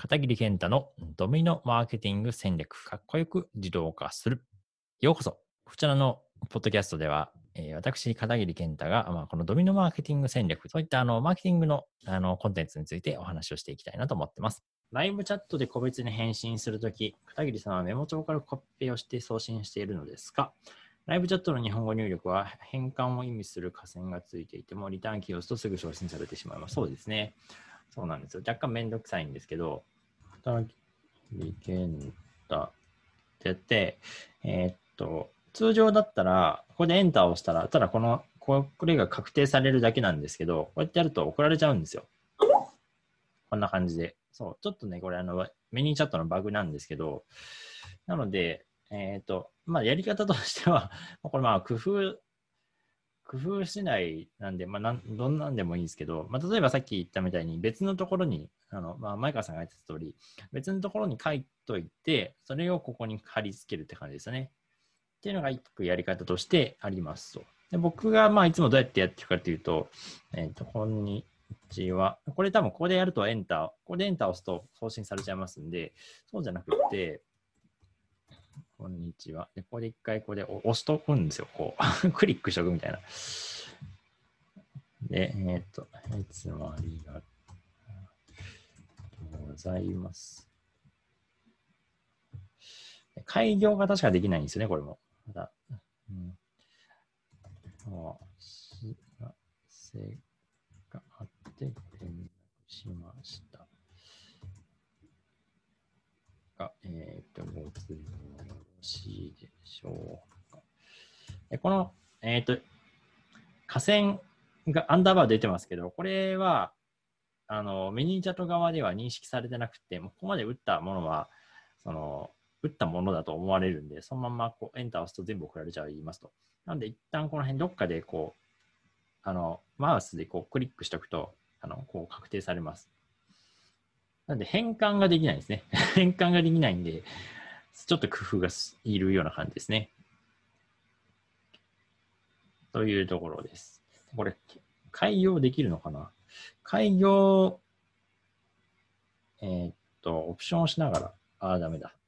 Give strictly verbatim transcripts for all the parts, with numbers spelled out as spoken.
片桐健太のドミノマーケティング戦略、かっこよく自動化する。ようこそ。こちらのポッドキャストでは、えー、私、片桐健太が、まあ、このドミノマーケティング戦略、そういったあのマーケティングのあのコンテンツについてお話をしていきたいなと思っています。ライブチャットで個別に返信するとき、片桐さんはメモ帳からコピペをして送信しているのですか？ライブチャットの日本語入力は変換を意味する下線がついていても、リターンキーを押すとすぐ送信されてしまいます。そうですね。そうなんですよ。若干めんどくさいんですけど、片桐健太ってやって、えー、っと、通常だったら、ここでエンターを押したら、ただこの、これが確定されるだけなんですけど、こうやってやると送られちゃうんですよ。こんな感じで。そう、ちょっとね、これあの、メニューチャットのバグなんですけど、なので、えっと、まあ、やり方としては、これまあ、工夫、工夫しないなんで、まあなん、どんなんでもいいんですけど、まあ、例えばさっき言ったみたいに別のところに、あの、まあ、前川さんが言ってた通り、別のところに書いといて、それをここに貼り付けるって感じですよね。っていうのが一個やり方としてありますと。で僕がまあいつもどうやってやってるかというと、えっ、ー、と、こんにちは。これ多分ここでやるとエンター、ここでエンターを押すと送信されちゃいますんで、そうじゃなくて、こんにちは。で、ここで一回ここで押しとくんですよ。こう、クリックしとくみたいな。で、えっ、ー、と、いつもありがとうございます。開業が確かできないんですよね、これも。まだ、うん、お知らせがあって連絡しました。が、えっ、ー、と、ご都合よろしいでしょうか。この、えっ、ー、と、下線がアンダーバー出てますけど、これは、あの、メニューチャット側では認識されてなくて、もうここまで打ったものは、その、打ったものだと思われるんで、そのままこうエンターを押すと全部送られちゃいますと。なので、一旦この辺どっかでこう、あの、マウスでこうクリックしておくと、あの、こう確定されます。なので、変換ができないですね。変換ができないんで、ちょっと工夫がいるような感じですね。というところです。これ、開業できるのかな？開業、えー、っと、オプションをしながら、ああ、ダメだ。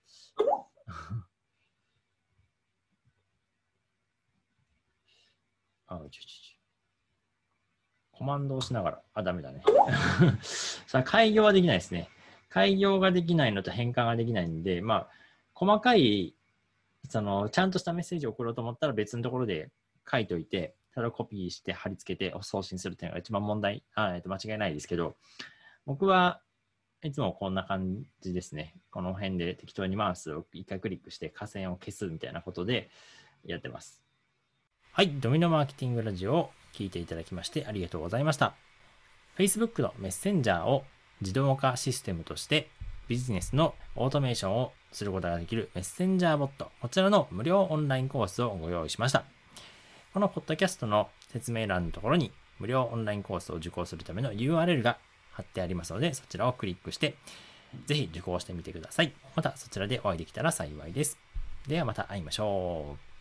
あ、ちょちょちょ。コマンドをしながら、あ、ダメだね。さあ、開業はできないですね。開業ができないのと変換ができないんで、まあ、細かい、その、ちゃんとしたメッセージを送ろうと思ったら別のところで書いといて、それをコピーして貼り付けて送信するっていうのが一番問題、あえっと間違いないですけど、僕はいつもこんな感じですね。この辺で適当にマウスを一回クリックして下線を消すみたいなことでやってます。はい、ドミノマーケティングラジオを聞いていただきましてありがとうございました。Facebook のメッセンジャーを自動化システムとしてビジネスのオートメーションをすることができるメッセンジャーボット、こちらの無料オンラインコースをご用意しました。このポッドキャストの説明欄のところに無料オンラインコースを受講するための ユーアールエル が貼ってありますので、そちらをクリックしてぜひ受講してみてください。またそちらでお会いできたら幸いです。ではまた会いましょう。